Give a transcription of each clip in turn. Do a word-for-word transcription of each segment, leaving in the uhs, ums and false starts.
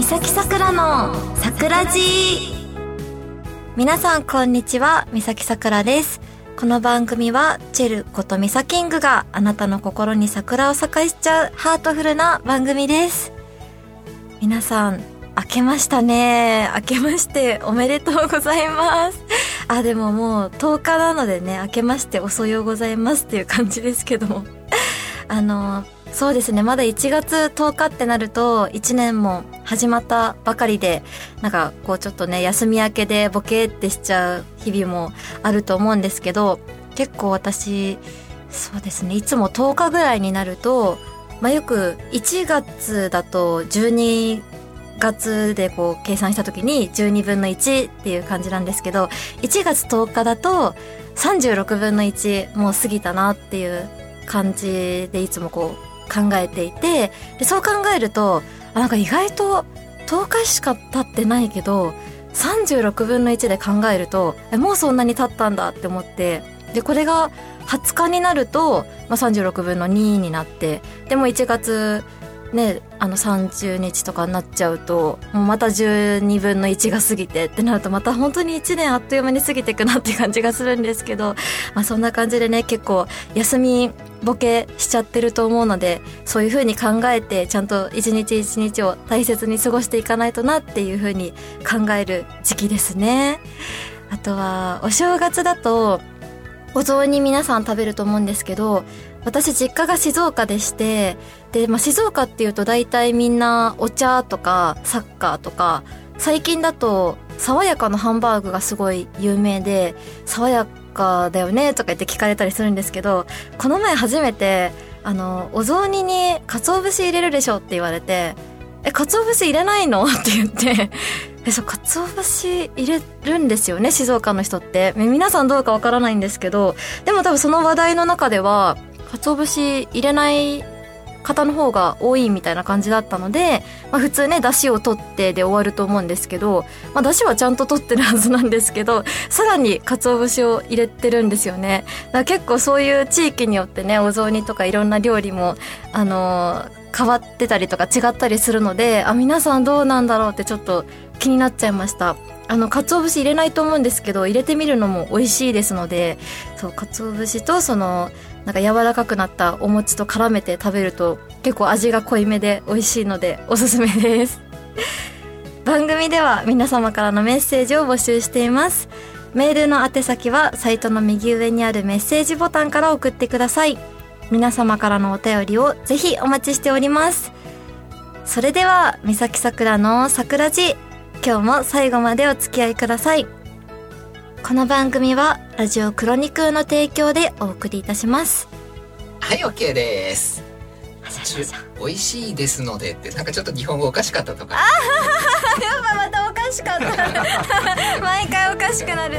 三崎さくらのさくらじ。皆さんこんにちは、三崎さくらです。この番組はチェルことミサキングがあなたの心に桜を咲かしちゃうハートフルな番組です。皆さん明けましたね。明けましておめでとうございます。あ、でももうとおかなのでね、明けましておそようございますっていう感じですけどもあのそうですね、まだいちがつとおかってなるといちねんも始まったばかりで、なんかこうちょっとね、休み明けでボケってしちゃう日々もあると思うんですけど、結構私そうですね、いつもとおかぐらいになると、まあ、よくいちがつだとじゅうにがつでこう計算した時にじゅうにぶんのいちっていう感じなんですけど、いちがつとおかだとさんじゅうろくぶんのいちもう過ぎたなっていう感じでいつもこう考えていて、でそう考えると、あ、なんか意外ととおかしか経ってないけどさんじゅうろくぶんのいちで考えると、えもうそんなに経ったんだって思って、でこれがはつかになると、まあ、さんじゅうろくぶんのにになって、でもいちがつね、あのさんじゅうにちとかになっちゃうと、もうまたじゅうにぶんのいちが過ぎてってなると、また本当にいちねんあっという間に過ぎていくなって感じがするんですけど、まあそんな感じでね、結構休みボケしちゃってると思うので、そういう風に考えてちゃんと一日一日を大切に過ごしていかないとなっていう風に考える時期ですね。あとはお正月だとお雑煮皆さん食べると思うんですけど、私実家が静岡でして、で、まあ、静岡っていうと大体みんなお茶とかサッカーとか、最近だと爽やかのハンバーグがすごい有名で、爽やかだよねとか言って聞かれたりするんですけど、この前初めてあのお雑煮に鰹節入れるでしょって言われて、え鰹節入れないのって言ってえそう鰹節入れるんですよね、静岡の人って。皆さんどうかわからないんですけど、でも多分その話題の中では鰹節入れない方の方が多いみたいな感じだったので、まあ、普通ね出汁を取ってで終わると思うんですけど、まあ、出汁はちゃんと取ってるはずなんですけど、さらに鰹節を入れてるんですよね。だから結構そういう地域によってね、お雑煮とかいろんな料理もあのー、変わってたりとか違ったりするので、あ、皆さんどうなんだろうってちょっと気になっちゃいました。あの鰹節入れないと思うんですけど、入れてみるのも美味しいですので、そう鰹節とそのなんか柔らかくなったお餅と絡めて食べると結構味が濃いめで美味しいのでおすすめです番組では皆様からのメッセージを募集しています。メールの宛先はサイトの右上にあるメッセージボタンから送ってください。皆様からのお便りをぜひお待ちしております。それでは三崎さくらの桜地、今日も最後までお付き合いください。この番組はラジオクロニクルの提供でお送りいたします。 はい、 OK です。美味しいですのでって、なんかちょっと日本語おかしかったとか、 あやっぱまたおかしかった毎回おかしくなる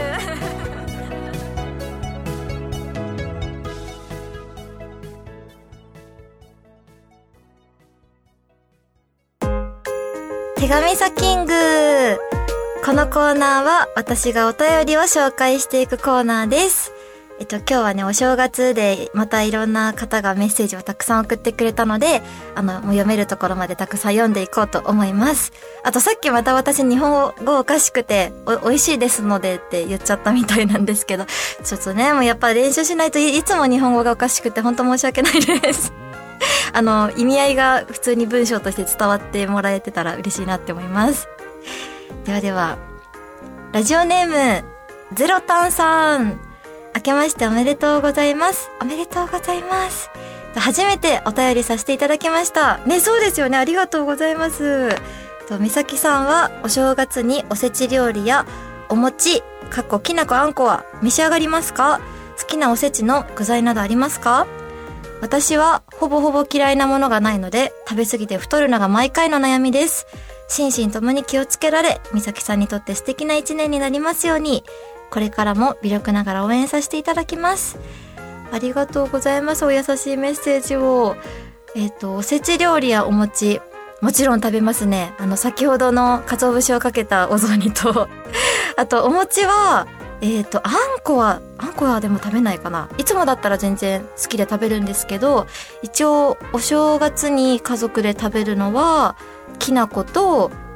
手紙サキング。このコーナーは私がお便りを紹介していくコーナーです。えっと今日はね、お正月でまたいろんな方がメッセージをたくさん送ってくれたので、あのもう読めるところまでたくさん読んでいこうと思います。あとさっきまた私日本語おかしくてお、おいしいですのでって言っちゃったみたいなんですけど、ちょっとね、もうやっぱ練習しないと い, いつも日本語がおかしくて本当申し訳ないですあの意味合いが普通に文章として伝わってもらえてたら嬉しいなって思います。ではでは、ラジオネームゼロタンさん、明けましておめでとうございます。おめでとうございます。初めてお便りさせていただきましたね。そうですよね、ありがとうございます。と美咲さんはお正月におせち料理やお餅かっこきなこあんこは召し上がりますか？好きなおせちの具材などありますか？私はほぼほぼ嫌いなものがないので、食べ過ぎて太るのが毎回の悩みです。心身ともに気をつけられ、美咲さんにとって素敵な一年になりますように、これからも微力ながら応援させていただきます。ありがとうございます。お優しいメッセージを。えっとおせち料理やお餅、もちろん食べますね。あの先ほどの鰹節をかけたお雑煮とあとお餅はえっとあんこはあんこはでも食べないかな。いつもだったら全然好きで食べるんですけど、一応お正月に家族で食べるのはきな粉と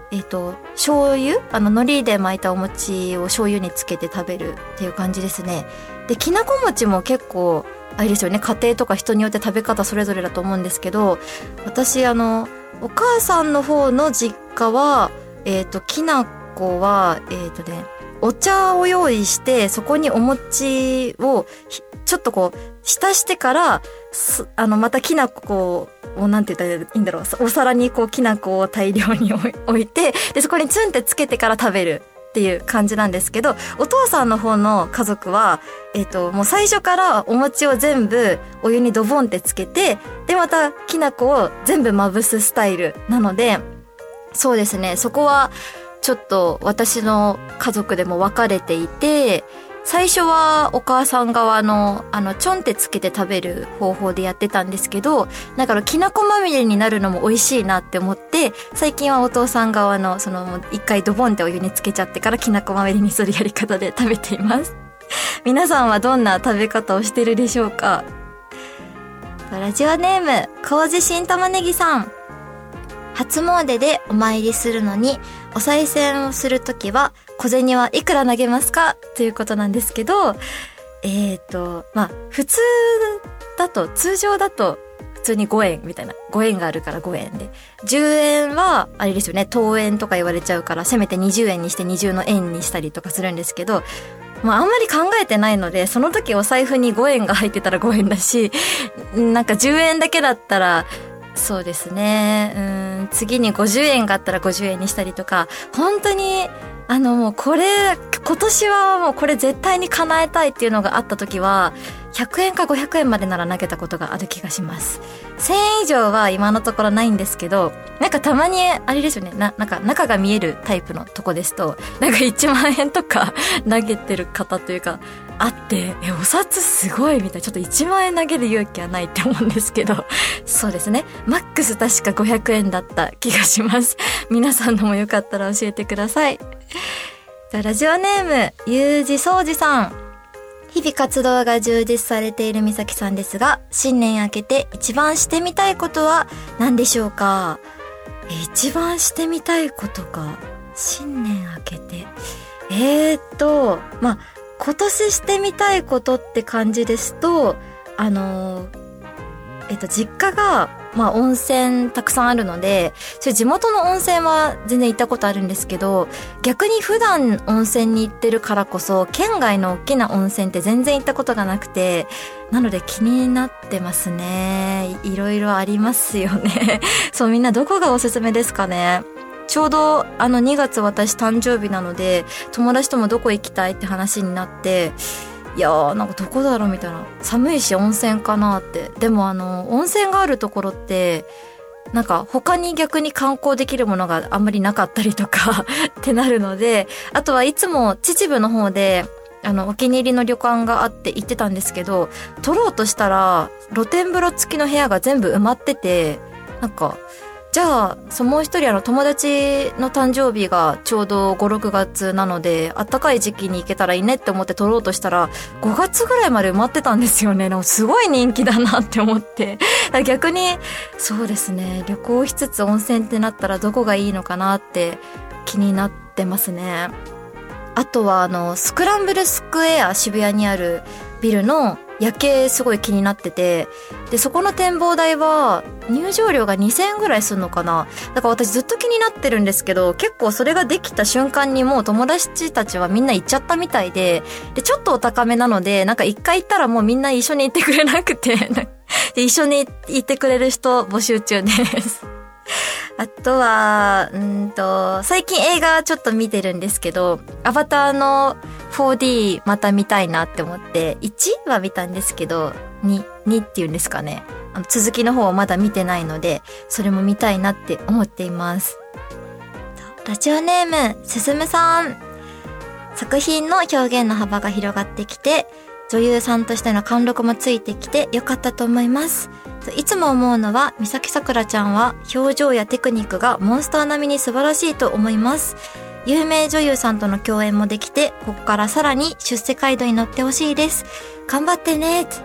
えっと、醤油あの、海苔で巻いたお餅を醤油につけて食べるっていう感じですね。で、きなこ餅も結構、あれですよね、家庭とか人によって食べ方それぞれだと思うんですけど、私、あの、お母さんの方の実家は、えっと、きなこは、えっとね、お茶を用意して、そこにお餅を、ちょっとこう、浸してから、あの、またきなこを、なんて言ったらいいんだろう、お皿にこう、きなこを大量に置いて、で、そこにツンってつけてから食べるっていう感じなんですけど、お父さんの方の家族は、えっと、もう最初からお餅を全部お湯にドボンってつけて、で、またきなこを全部まぶすスタイルなので、そうですね、そこはちょっと私の家族でも分かれていて、最初はお母さん側の、あの、ちょんってつけて食べる方法でやってたんですけど、だからきなこまみれになるのも美味しいなって思って、最近はお父さん側の、その、一回ドボンってお湯につけちゃってからきなこまみれにするやり方で食べています。皆さんはどんな食べ方をしてるでしょうか？ラジオネーム、麹新玉ねぎさん。初詣でお参りするのに、お賽銭をするときは、小銭はいくら投げますかということなんですけど、えっと、まあ、普通だと、通常だと、普通にごえんみたいな。ごえんがあるからごえんで。じゅうえんは、あれですよね、等円とか言われちゃうから、せめてにじゅうえんにしてにじゅうの円にしたりとかするんですけど、まあ、あんまり考えてないので、その時お財布にごえんが入ってたらごえんだし、なんかじゅうえんだけだったら、そうですね。うん、次にごじゅうえんがあったらごじゅうえんにしたりとか、本当に、あのもうこれ、今年はもうこれ絶対に叶えたいっていうのがあった時は、ひゃくえんかごひゃくえんまでなら投げたことがある気がします。せんえん以上は今のところないんですけど、なんかたまにあれですよね、な、なんか中が見えるタイプのとこですと、なんかいちまんえんとか投げてる方というか、あって、え、お札すごいみたいな、ちょっといちまんえん投げる勇気はないって思うんですけど、そうですね。マックス確かごひゃくえんだった気がします。皆さんのもよかったら教えてください。じゃあラジオネーム、ゆうじそうじさん。日々活動が充実されているみさきさんですが、新年明けて一番してみたいことは何でしょうか？え、一番してみたいことか。新年明けて。えーっと、まあ、今年してみたいことって感じですと、あのー、えっと、実家が、まあ、温泉たくさんあるので、それ地元の温泉は全然行ったことあるんですけど、逆に普段温泉に行ってるからこそ、県外の大きな温泉って全然行ったことがなくて、なので気になってますね。い、いろいろありますよね。そう、みんなどこがおすすめですかね。ちょうどあのにがつ私誕生日なので、友達ともどこ行きたいって話になって、いやーなんかどこだろうみたいな。寒いし温泉かなって。でもあの温泉があるところってなんか他に逆に観光できるものがあんまりなかったりとかってなるので、あとはいつも秩父の方であのお気に入りの旅館があって行ってたんですけど、取ろうとしたら露天風呂付きの部屋が全部埋まってて、なんかじゃあ、そもう一人あの友達の誕生日がちょうどご、ろくがつなので、暖かい時期に行けたらいいねって思って撮ろうとしたら、ごがつぐらいまで埋まってたんですよね。なんかすごい人気だなって思って。逆に、そうですね、旅行しつつ温泉ってなったらどこがいいのかなって気になってますね。あとはあの、スクランブルスクエア渋谷にあるビルの夜景すごい気になってて、で、そこの展望台は入場料がにせんえんぐらいするのかな。だから私ずっと気になってるんですけど、結構それができた瞬間にもう友達たちはみんな行っちゃったみたいで、で、ちょっとお高めなので、なんか一回行ったらもうみんな一緒に行ってくれなくて、で一緒に行ってくれる人募集中です。あとは、うんと、最近映画ちょっと見てるんですけど、アバターの フォーディー また見たいなって思って、いちは見たんですけど、に、にっていうんですかね。あの続きの方をまだ見てないので、それも見たいなって思っています。ラジオネーム、すすむさん。作品の表現の幅が広がってきて、女優さんとしての貫禄もついてきてよかったと思います。いつも思うのは、三崎さくらちゃんは表情やテクニックがモンスター並みに素晴らしいと思います。有名女優さんとの共演もできて、ここからさらに出世街道に乗ってほしいです。頑張ってね。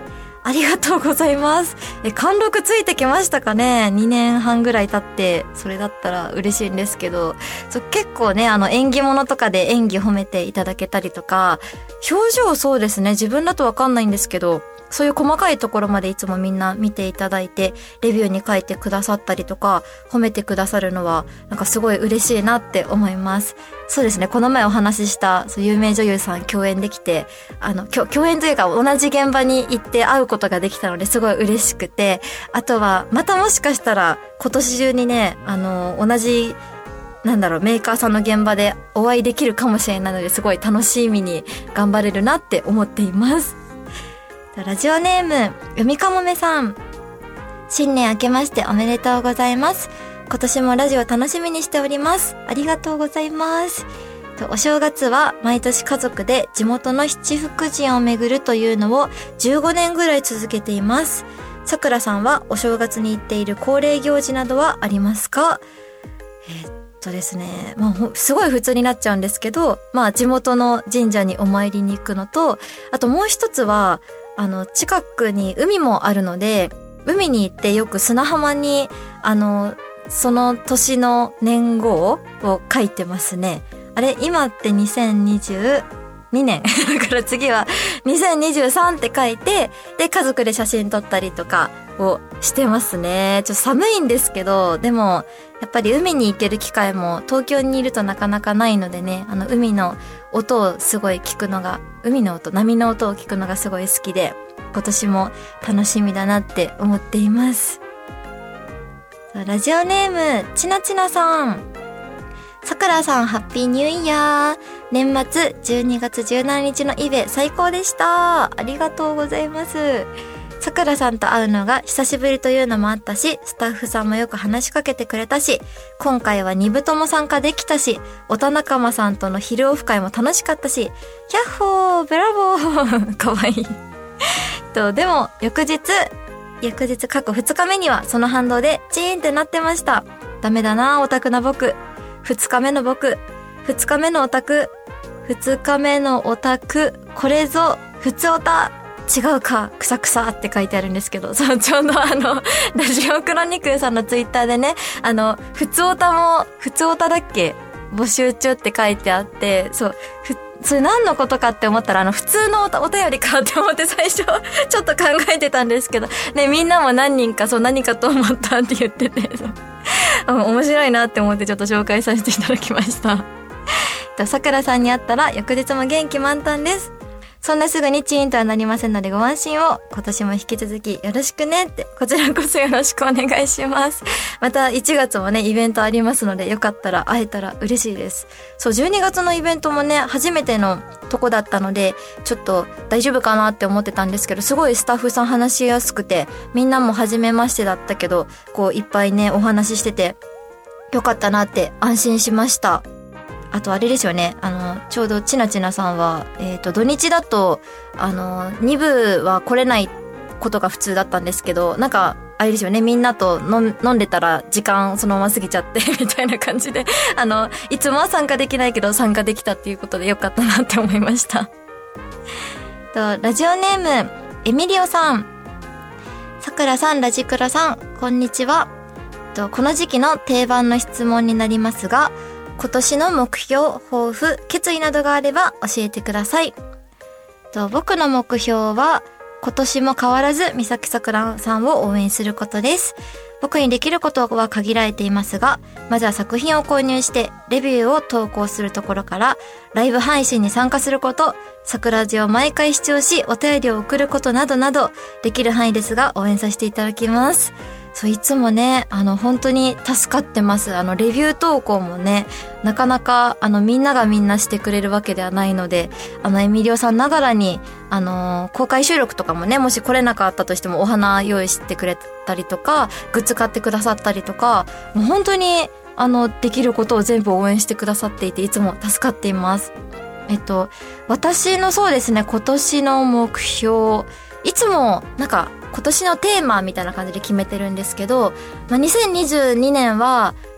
ありがとうございます。え、貫禄ついてきましたかね？ に 年半ぐらい経って、それだったら嬉しいんですけど、そう、結構ね、あの、演技物とかで演技褒めていただけたりとか、表情そうですね、自分だとわかんないんですけど、そういう細かいところまでいつもみんな見ていただいて、レビューに書いてくださったりとか、褒めてくださるのは、なんかすごい嬉しいなって思います。そうですね、この前お話しした、そう有名女優さん共演できて、あの、共演というか同じ現場に行って会うことができたのですごい嬉しくて、あとは、またもしかしたら今年中にね、あの、同じ、なんだろう、メーカーさんの現場でお会いできるかもしれないので、すごい楽しみに頑張れるなって思っています。ラジオネーム、よみかもめさん。新年明けましておめでとうございます。今年もラジオ楽しみにしております。ありがとうございます。お正月は毎年家族で地元の七福神を巡るというのをじゅうごねんぐらい続けています。さくらさんはお正月に行っている恒例行事などはありますか？えー、っとですね、まあ、すごい普通になっちゃうんですけど、まあ地元の神社にお参りに行くのと、あともう一つは、あの、近くに海もあるので、海に行ってよく砂浜に、あの、その年の年号を書いてますね。あれ、今ってにせんにじゅうにねん。だから次はにせんにじゅうさんって書いて、で、家族で写真撮ったりとかをしてますね。ちょっと寒いんですけど、でも、やっぱり海に行ける機会も東京にいるとなかなかないのでね、あの、海の音をすごい聞くのが、海の音、波の音を聞くのがすごい好きで、今年も楽しみだなって思っています。ラジオネーム、ちなちなさん。さくらさん、ハッピーニューイヤー。年末じゅうにがつじゅうしちにちのイベ最高でした。ありがとうございます。さくらさんと会うのが久しぶりというのもあったし、スタッフさんもよく話しかけてくれたし、今回はに部とも参加できたし、おた仲間さんとの昼オフ会も楽しかったし、キャッホーブラボーかわいいと、でも翌日翌日過去ふつかめにはその反動でチーンってなってました。ダメだな、オタクな僕。ふつかめの僕、ふつかめのオタク、ふつかめのオタク、これぞふつオタ、違うか、くさくさって書いてあるんですけど、そう、ちょうどあの、ラジオクロニクルさんのツイッターでね、あの、ふつオタも、ふつオタだっけ募集中って書いてあって、そう、ふ、それ何のことかって思ったら、あの、普通のお便りかって思って最初、ちょっと考えてたんですけど、ね、みんなも何人か、そう、何かと思ったって言ってて、そう。面白いなって思ってちょっと紹介させていただきました。さくらさんに会ったら翌日も元気満タンです。そんなすぐにチーンとはなりませんのでご安心を。今年も引き続きよろしくねって、こちらこそよろしくお願いします。またいちがつもね、イベントありますので、よかったら会えたら嬉しいです。そう、じゅうにがつのイベントもね、初めてのとこだったので、ちょっと大丈夫かなって思ってたんですけど、すごいスタッフさん話しやすくて、みんなも初めましてだったけど、こういっぱいね、お話ししてて、よかったなって安心しました。あとあれですよね、あの、ちょうどちなちなさんは、えっと、土日だと、あの、に部は来れないことが普通だったんですけど、なんか、あれですよね、みんなと飲んでたら時間そのまま過ぎちゃって、みたいな感じで、あの、いつもは参加できないけど参加できたっていうことでよかったなって思いました。と、ラジオネーム、エミリオさん。さくらさん、ラジクラさん、こんにちは。と、この時期の定番の質問になりますが、今年の目標、抱負、決意などがあれば教えてください。と、僕の目標は今年も変わらず三崎さくらさんを応援することです。僕にできることは限られていますが、まずは作品を購入してレビューを投稿するところからライブ配信に参加すること、桜地を毎回視聴しお便りを送ることなどなど、できる範囲ですが応援させていただきます。そう、いつもね、あの、本当に助かってます。あの、レビュー投稿もね、なかなか、あの、みんながみんなしてくれるわけではないので、あの、エミリオさんながらに、あの、公開収録とかもね、もし来れなかったとしてもお花用意してくれたりとか、グッズ買ってくださったりとか、もう本当に、あの、できることを全部応援してくださっていて、いつも助かっています。えっと、私のそうですね、今年の目標、いつも、なんか、今年のテーマみたいな感じで決めてるんですけど、まあ、にせんにじゅうにねんは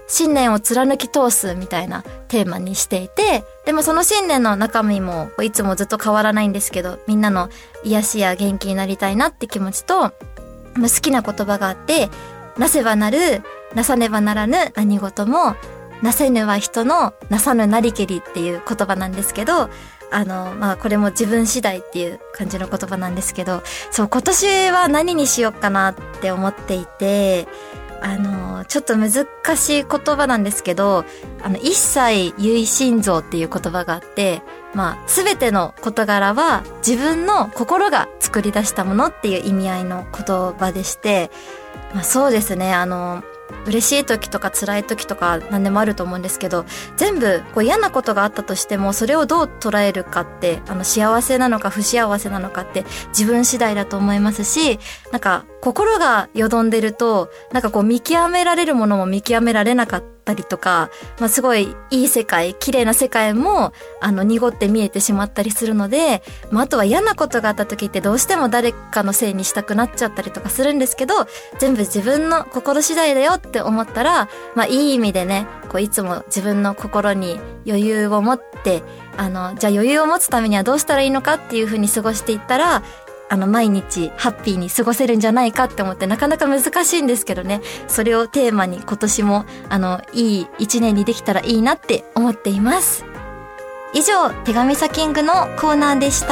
信念を貫き通すみたいなテーマにしていて、でもその信念の中身もいつもずっと変わらないんですけど、みんなの癒しや元気になりたいなって気持ちと、好きな言葉があって、なせばなる、なさねばならぬ何事も、なせぬは人のなさぬなりけりっていう言葉なんですけど、あの、まあ、これも自分次第っていう感じの言葉なんですけど、そう、今年は何にしようかなって思っていて、あの、ちょっと難しい言葉なんですけど、あの、一切唯心臓っていう言葉があって、まあ、すべての事柄は自分の心が作り出したものっていう意味合いの言葉でして、まあ、そうですね、あの、嬉しい時とか辛い時とか何でもあると思うんですけど、全部こう嫌なことがあったとしても、それをどう捉えるかって、あの幸せなのか不幸せなのかって自分次第だと思いますし、なんか心がよどんでると、なんかこう見極められるものも見極められなかったりとか、まあすごいいい世界、綺麗な世界もあの濁って見えてしまったりするので、まああとは嫌なことがあった時ってどうしても誰かのせいにしたくなっちゃったりとかするんですけど、全部自分の心次第だよって思ったら、まあいい意味でね、こういつも自分の心に余裕を持って、あの、じゃあ余裕を持つためにはどうしたらいいのかっていう風に過ごしていったら、あの毎日ハッピーに過ごせるんじゃないかって思って、なかなか難しいんですけどね、それをテーマに今年もあのいい一年にできたらいいなって思っています。以上、手紙サキングのコーナーでした。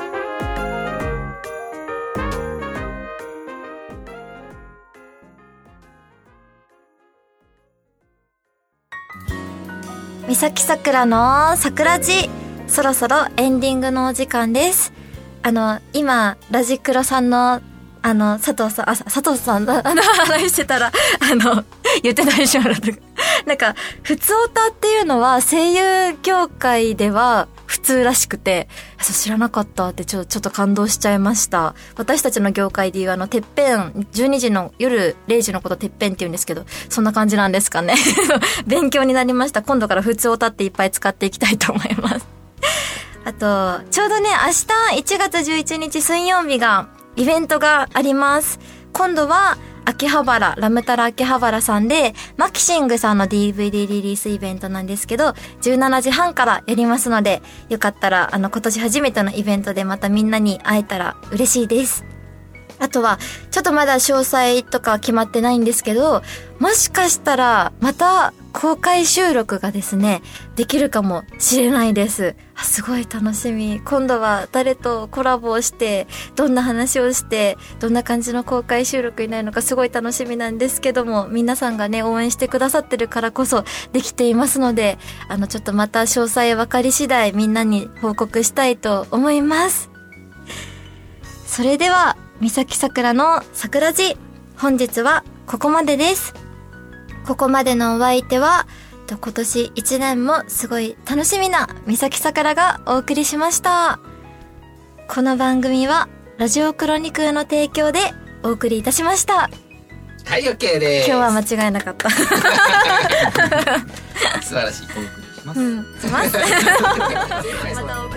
三崎さくらの桜地、そろそろエンディングのお時間です。あの、今、ラジクロさんの、あの、佐藤さん、あ、佐藤さん、あの、話してたら、あの、言ってないでしょ、なんか、普通オタっていうのは、声優業界では普通らしくて、そう知らなかったってちょ、ちょっと感動しちゃいました。私たちの業界でいうあの、てっぺん、じゅうにじの夜れいじのことてっぺんって言うんですけど、そんな感じなんですかね。勉強になりました。今度から普通オタっていっぱい使っていきたいと思います。あと、ちょうどね、明日いちがつじゅういちにち水曜日が、イベントがあります。今度は、秋葉原、ラムタラ秋葉原さんで、マキシングさんの ディーブイディー リリースイベントなんですけど、じゅうしちじはんからやりますので、よかったら、あの、今年初めてのイベントでまたみんなに会えたら嬉しいです。あとは、ちょっとまだ詳細とか決まってないんですけど、もしかしたら、また公開収録がですね、できるかもしれないです。すごい楽しみ。今度は誰とコラボをして、どんな話をして、どんな感じの公開収録になるのかすごい楽しみなんですけども、皆さんがね、応援してくださってるからこそできていますので、あの、ちょっとまた詳細分かり次第みんなに報告したいと思います。それでは、三崎さくらの桜地、本日はここまでです。ここまでのお相手は、今年一年もすごい楽しみな三崎さくらがお送りしました。この番組はラジオクロニクルの提供でお送りいたしました。 はい、OK です。 今日は間違えなかった。 素晴らしい。お送りします。 うん、します。また